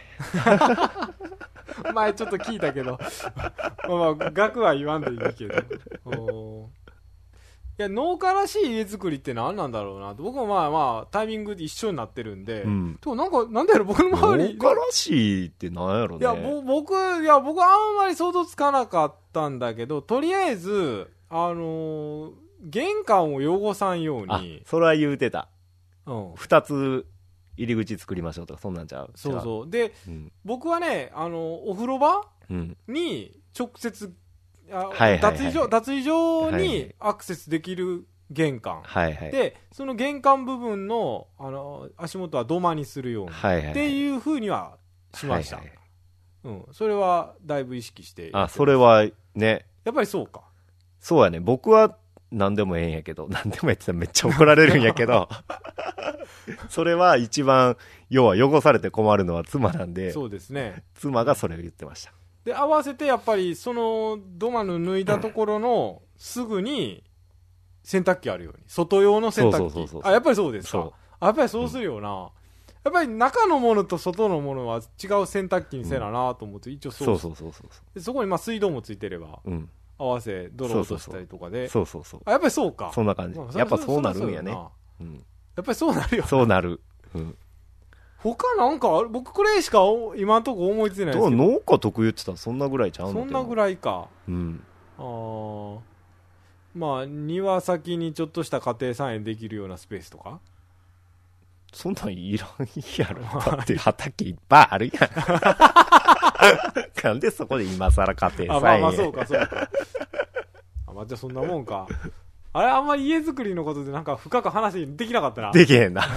前ちょっと聞いたけどまあまあ額は言わんでいいけどおいや農家らしい家作りって何なんだろうな。僕もまあまあタイミングで一緒になってるんで、うん、でもなんかなんだろ僕の周り農家らしいって何やろね。 いやぼ僕いや僕あんまり想像つかなかったんだけど、とりあえずあのー、玄関を汚さんように、 それは言うてた、 うん、 ふたつ入り口作りましょうとかそんなんちゃう。 そうそうで、うん、僕はねあのお風呂場に直接、あ脱衣所脱衣所にアクセスできる玄関、 はいはい、 でその玄関部分の、あの足元は土間にするように、はいはいはい、っていう風にはしました、はいはい、うん、それはだいぶ意識してあそれはねやっぱりそうか。 そうやね、僕は何でもええんやけど、何でもやってたらめっちゃ怒られるんやけどそれは一番要は汚されて困るのは妻なんで、 そうですね、 妻がそれを言ってました。 で合わせてやっぱりその土間の脱いだところのすぐに洗濯機あるように、外用の洗濯機、あやっぱりそうですか。あやっぱりそうするよな、うん、やっぱり中のものと外のものは違う洗濯機にせななと思って、うん、一応そうそうそうそうでそこにまあ水道もついてれば、うん、合わせ泥落としたりとかで、 そうそうそう、 あやっぱりそうか、 そんな感じ、まあ、やっぱそうなるんやね、 うん、やっぱりそうなるよ、 そうなる、うん、 他なんか僕これしか今のところ思いついないですけど、 農家得意って言ったらそんなぐらいちゃうの？ そんなぐらいか、 うん、 あまあ庭先にちょっとした家庭菜園できるようなスペースとか、 そんなんいらんやろだって畑いっぱいあるやんなんでそこで今更家庭菜園、 あまあまあそうかそうかままあ、じゃあそんなもんか。あれ、あんまり家作りのことでなんか深く話できなかったな。 できへんな。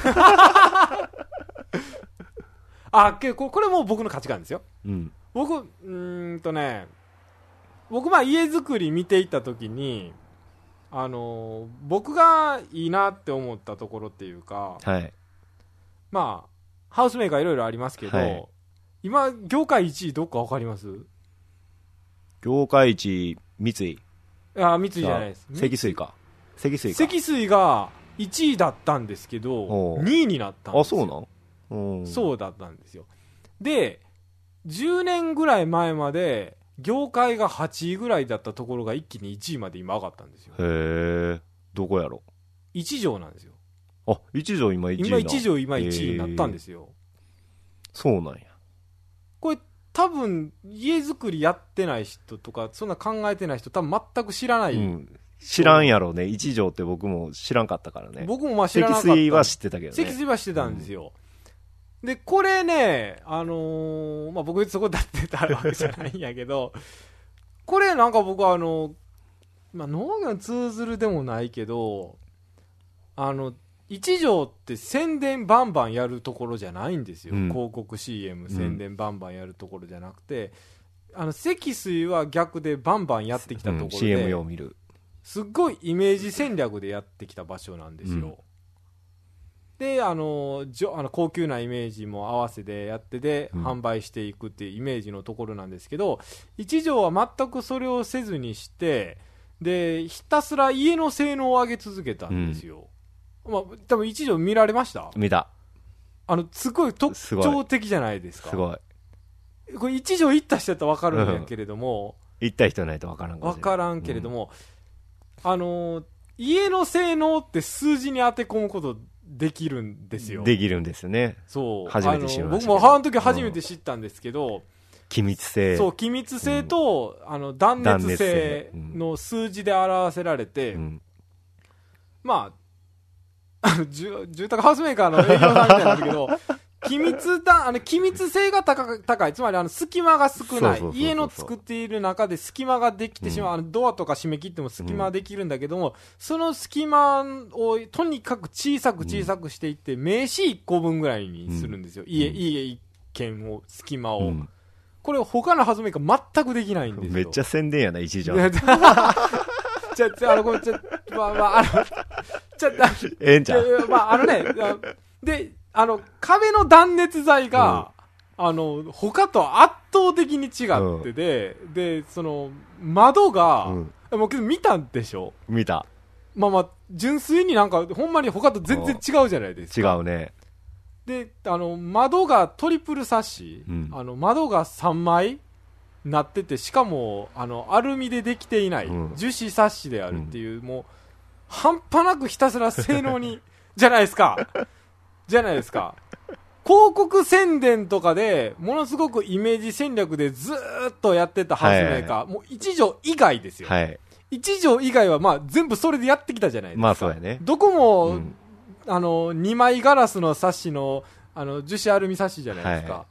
あ、けどこれも僕の価値観ですよ。 うん。 僕、うーんとね、僕まあ家作り見ていった時に、あのー、僕がいいなって思ったところっていうか、 はい。 まあ、ハウスメーカーいろいろありますけど、はい、今、業界いちいどっかわかります？ 業界いちい、三井。 あ、三井じゃないです。 積水か。積水か。 積水がいちいだったんですけど、にいになったんですよ。 あ、そうなん？ そうだったんですよ。で、じゅうねんぐらい前まで、業界がはちいぐらいだったところが一気にいちいまで今上がったんですよ。 へえ。どこやろ？ 一条なんですよ。 あ、一条今いちいな。 今一条今いちいになったんですよ。 そうなんや。 これ多分家作りやってない人とかそんな考えてない人多分全く知らない、うん、 知らんやろうね。一条って僕も知らんかったからね。 僕もまあ知らなかった。 積水は知ってたけどね。 積水は知ってたんですよ、うん、でこれねあのー、まあ僕そこだってたわけじゃないんやけどこれなんか僕はあの、まあ、農業に通ずるでもないけどあの一条って宣伝バンバンやるところじゃないんですよ、うん、広告 シーエム 宣伝バンバンやるところじゃなくて、うん、あの積水は逆でバンバンやってきたところで、うん、 シーエム を見るすっごいイメージ戦略でやってきた場所なんですよ、うん、であのじょあの高級なイメージも合わせてやってで、うん、販売していくっていうイメージのところなんですけど一条は全くそれをせずにしてでひたすら家の性能を上げ続けたんですよ、うんまあ、多分一条見られました？ 見た。 あのすごい特徴的じゃないですか。 すごい。 これ一条行った人だったら分かるんやけれども、 うん、行った人ないと分からんかもしれない。 分からんけれども、うん、あのー、家の性能って数字に当て込むことできるんですよ。 できるんですよね。 そう。 初めて知りました。 僕もあの時初めて知ったんですけど、うん、 気密性。 そう気密性と、うん、あの断熱性の数字で表せられて、うん、まあ住宅ハウスメーカーの営業さんみたいなんだけど気密だあの気密性が 高, 高いつまりあの隙間が少ない家の作っている中で隙間ができてしまう、うん、あのドアとか閉め切っても隙間はできるんだけども、うん、その隙間をとにかく小さく小さくしていって、うん、名刺いっこぶんぐらいにするんですよ、うん、家, 家一軒を隙間を、うん、これ他のハウスメーカー全くできないんですよ。 めっちゃ宣伝やな一条じゃあ、あの、ごめん、ちょ、まあまあ、あの、ちょ、 ええんちゃう。 まあ、あのね、で、あの、壁の断熱材が、うん、あの、他と圧倒的に違ってて、うん、で、その、窓が、うん、もうけど見たんでしょ？ 見た。 まあまあ、純粋になんか、ほんまに他と全然違うじゃないですか。 違うね。 で、あの、窓がトリプルサッシ、うん、あの、窓がさんまいなっててしかもあのアルミでできていない、うん、樹脂サッシであるっていう、うん、もう半端なくひたすら性能にじゃないですかじゃないですか広告宣伝とかでものすごくイメージ戦略でずーっとやってたハウスメーカー、はいはい、もう一条以外ですよ、はい、一条以外はまあ全部それでやってきたじゃないですか。 まあそうやね。 どこも、うん、あのにまいガラスのサッシのあの樹脂アルミサッシじゃないですか、はい、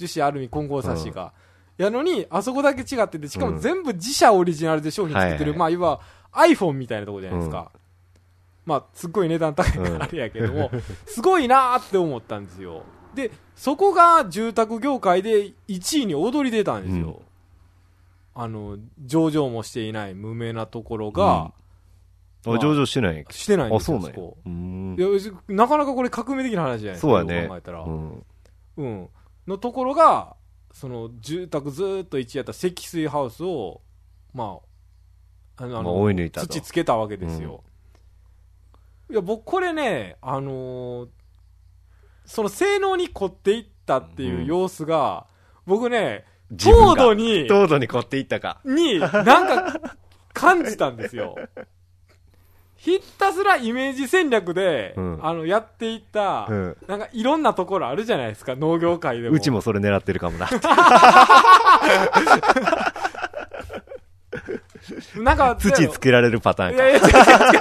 樹脂アルミ混合サッシが、うんやのにあそこだけ違っててしかも全部自社オリジナルで商品作ってる、うん、まあいわば iPhone みたいなところじゃないですか、うん、まあすっごい値段高いからあれやけども、うん、すごいなーって思ったんですよ。でそこが住宅業界でいちいに躍り出たんですよ、うん、あの上場もしていない無名なところが、 うんまあ、上場してないしてないんですよ。 あそうなんや。 そこうんいやなかなかこれ革命的な話じゃないですか。 そうやね。 考えたら、うんうん、のところがその住宅ずーっといちやった積水ハウスをまああの、まあ、追い抜いたと土つけたわけですよ、うん、いや僕これねあのー、その性能に凝っていったっていう様子が、うん、僕ね糖度に糖度に凝っていったかになんか感じたんですよひたすらイメージ戦略で、うん、あのやっていった、うん、なんかいろんなところあるじゃないですか農業界でも。 うちもそれ狙ってるかもななんか土つけられるパターンか。いやいや違う違う違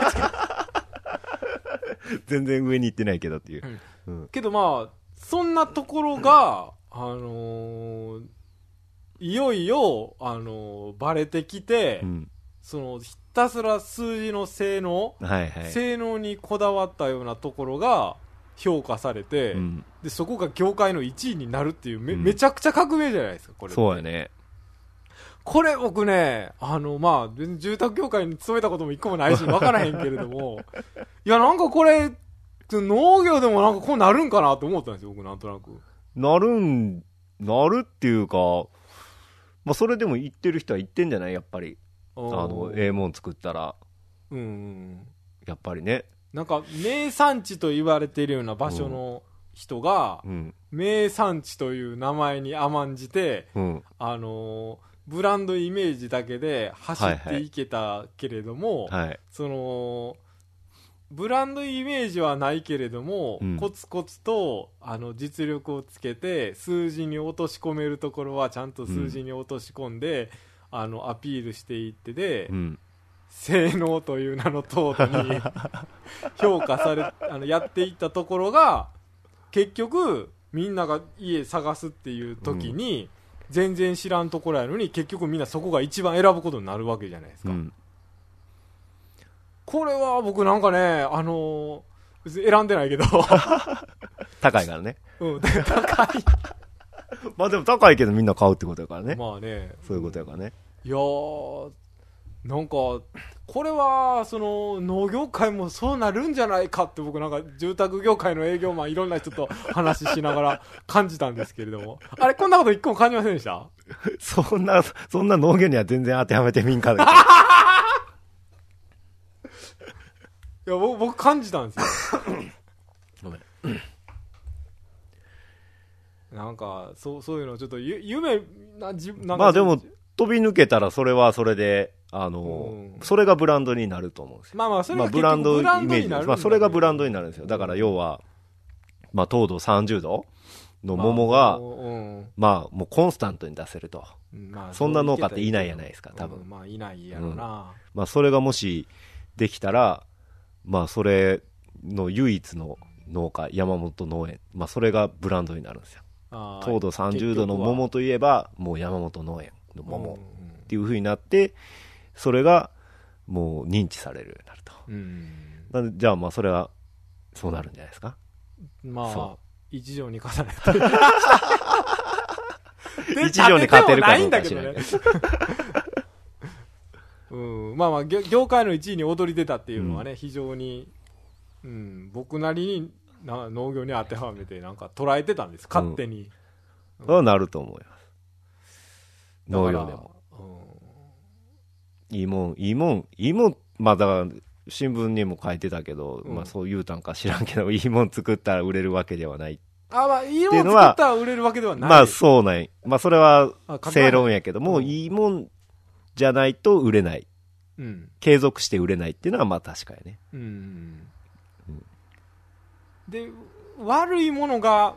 う全然上に行ってないけどっていう、 うんうん、けどまあそんなところがあのー、いよいよ、あのー、バレてきて、うんそのひたすら数字の性能、 はいはい、 性能にこだわったようなところが評価されて、うん、でそこが業界のいちいになるっていうめ、うん、めちゃくちゃ革命じゃないですかこれ。 そうやね。 これ僕ね、あのまあ住宅業界に勤めたことも一個もないし分からへんけれどもいやなんかこれ農業でもなんかこうなるんかなと思ったんですよ僕。なんとなくなるんなるっていうか、まあ、それでも言ってる人は言ってんじゃないやっぱり。あのええもん作ったら、うんうん、やっぱりね、 なんか名産地と言われているような場所の人が、うん、名産地という名前に甘んじて、うん、あのブランドイメージだけで走っていけたけれども、はいはい、そのブランドイメージはないけれども、うん、コツコツとあの実力をつけて数字に落とし込めるところはちゃんと数字に落とし込んで、うん、あのアピールしていってで、うん、性能という名のトートに評価されあのやっていったところが結局みんなが家探すっていう時に、うん、全然知らんところやのに結局みんなそこが一番選ぶことになるわけじゃないですか、うん、これは僕なんかね、あのー、選んでないけど高いからね、 うん、高いまあでも高いけどみんな買うってことやからね。 まあね、 そういうことやからね。 いやーなんかこれはその農業界もそうなるんじゃないかって僕なんか住宅業界の営業マンいろんな人と話しながら感じたんですけれどもあれこんなこと一個も感じませんでした？ そんなそんな農業には全然当てはめてみんかでいや僕、僕感じたんですよごめんなんかそうそういうのちょっとゆ夢なじなんかまあでも飛び抜けたらそれはそれであの、うん、それがブランドになると思うんですよ。 まあまあそれが結局ブランドになるんだ、ね、 まあそれがブランドになるんですよ。だから要はまあ糖度さんじゅうどの桃が、まあ、うん、まあもうコンスタントに出せると、まあ、そんな農家っていないじゃないですか多分、 うん、まあいないやろな、うん、 まあそれがもしできたらまあそれの唯一の農家山本農園、まあそれがブランドになるんですよ。糖度さんじゅうどの桃といえばもう山本農園の桃っていう風になってそれがもう認知されるようになると、うん、なんでじゃあまあそれはそうなるんじゃないですか。 まあ一条に重ねて一条に勝てるかどうか知らないけどうん、まあまあ業界のいちいに躍り出たっていうのはね、うん、非常に、うん、僕なりにな農業に当てはめてなんか捉えてたんです勝手に、 うん、そうなると思います。農業でも、うん、いいもんいいもんいいもんまあだから新聞にも書いてたけど、うん、まあそう言うたんか知らんけどいいもん作ったら売れるわけではないあ、まあ、いいもん作ったら売れるわけではない。 まあそうない。まあそれは正論やけども、うん、いいもんじゃないと売れない、うん。継続して売れないっていうのはまあ確かやね。うん。 うん、で、悪いものが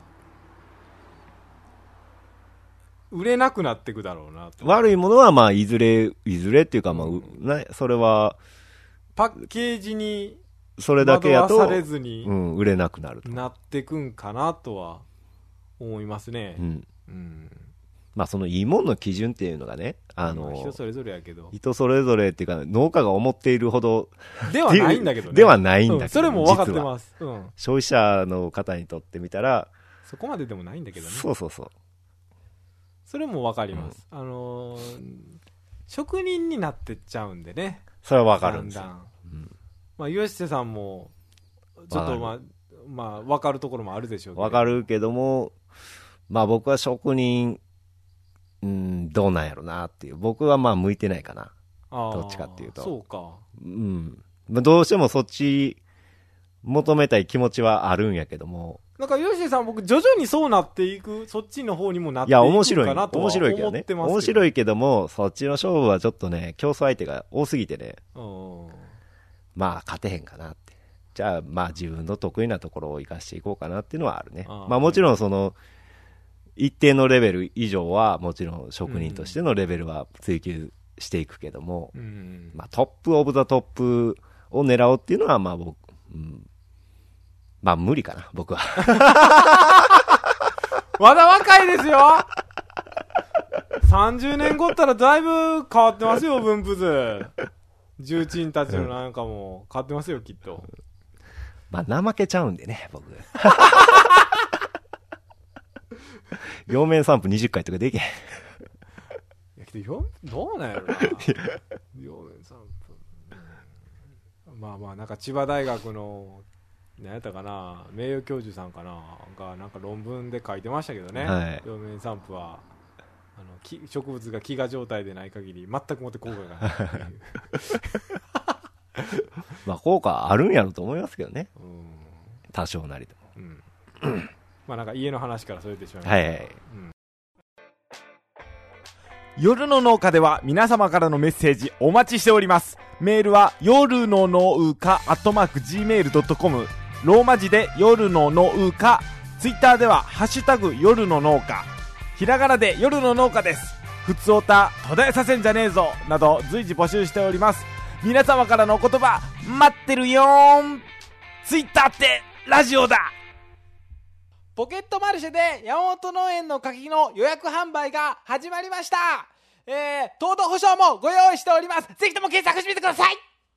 売れなくなっていくだろうなと。 悪いものはまあいずれ、いずれっていうかまあ、うん、それは、 パッケージにそれだけやと惑わされずに、 うん、売れなくなるとなってくんかなとは思いますね、うんうん、まあそのいいもんの基準っていうのがねあの、 まあ、人それぞれやけど人それぞれっていうか農家が思っているほどではないんだけどねではないんだけど、うん、 それも分かってます、うん、 消費者の方にとってみたらそこまででもないんだけどね。 そうそうそうそれも分かります、うん、あのー、職人になってっちゃうんでね。 それは分かるんですよ。 まあ、吉瀬さんもちょっとまあまあ分かるところもあるでしょうけど分かるけどもまあ僕は職人うんどうなんやろなっていう僕はまあ向いてないかなどっちかっていうとそうかうんどうしてもそっち求めたい気持ちはあるんやけどもなんか吉瀬さん僕徐々にそうなっていくそっちの方にもなっていくかなとは思ってますけど。いや面白い面白いけどね面白いけどもそっちの勝負はちょっとね競争相手が多すぎてねまあ勝てへんかなって。じゃあまあ自分の得意なところを生かしていこうかなっていうのはあるね。あまあもちろんその一定のレベル以上はもちろん職人としてのレベルは追求していくけども、うん、まあトップオブザトップを狙おうっていうのはまあ僕、うん、まあ無理かな僕は。 まだ若いですよ。さんじゅうねんごったらだいぶ変わってますよ分布図。 重鎮たちのなんかも買ってますよきっと。 まあ怠けちゃうんでね僕両面散布にじゅっかいとかできへん。いやけどどうなんやろな両面散布、うん、まあまあなんか千葉大学の何やったかな名誉教授さんかながなんか論文で書いてましたけどね、はい、両面散布はあの植物が飢餓状態でない限り全くもって効果がないっていうまあ効果あるんやろと思いますけどね、うん、多少なりとも、 うん、まあなんか家の話からそれてしまいました、はいはい、うん、夜の農家では皆様からのメッセージお待ちしております。メールは夜の農家アットマーク ジーメールドットコム、 ローマ字で夜の農家、ツイッターではハッシュタグ夜の農家、ひらがなで夜の農家です。ふつおた途絶えさせんじゃねえぞなど随時募集しております。皆様からのお言葉待ってるよーん。ツイッターってラジオだ。ポケットマルシェで山本農園の柿の予約販売が始まりました。えー、糖度保証もご用意しております。ぜひとも検索してみてください。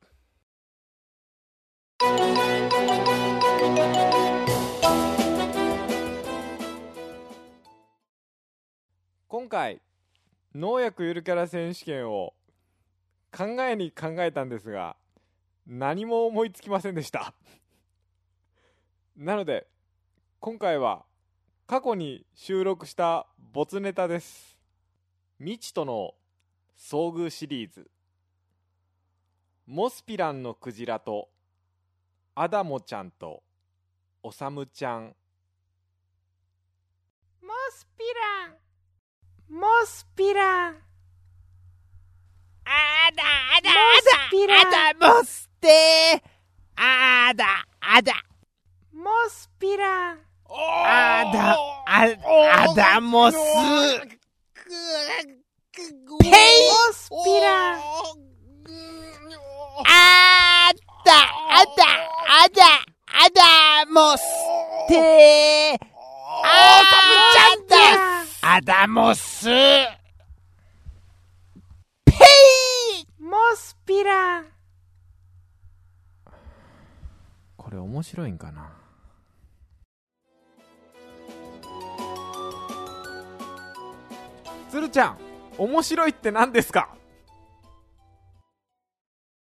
今回農薬ゆるキャラ選手権を考えに考えたんですが何も思いつきませんでしたなので今回は過去に収録した没ネタです。未知との遭遇シリーズ、モスピランのクジラとアダモちゃんとオサムちゃん。モスピランモスピランあだあだあだモステあだあだモスピランあだああだモスペイモスピランあだあだあだあだモステあーちゃんですアダモスペイモスピラン。これ面白いんかな。つるちゃん面白いって何ですか。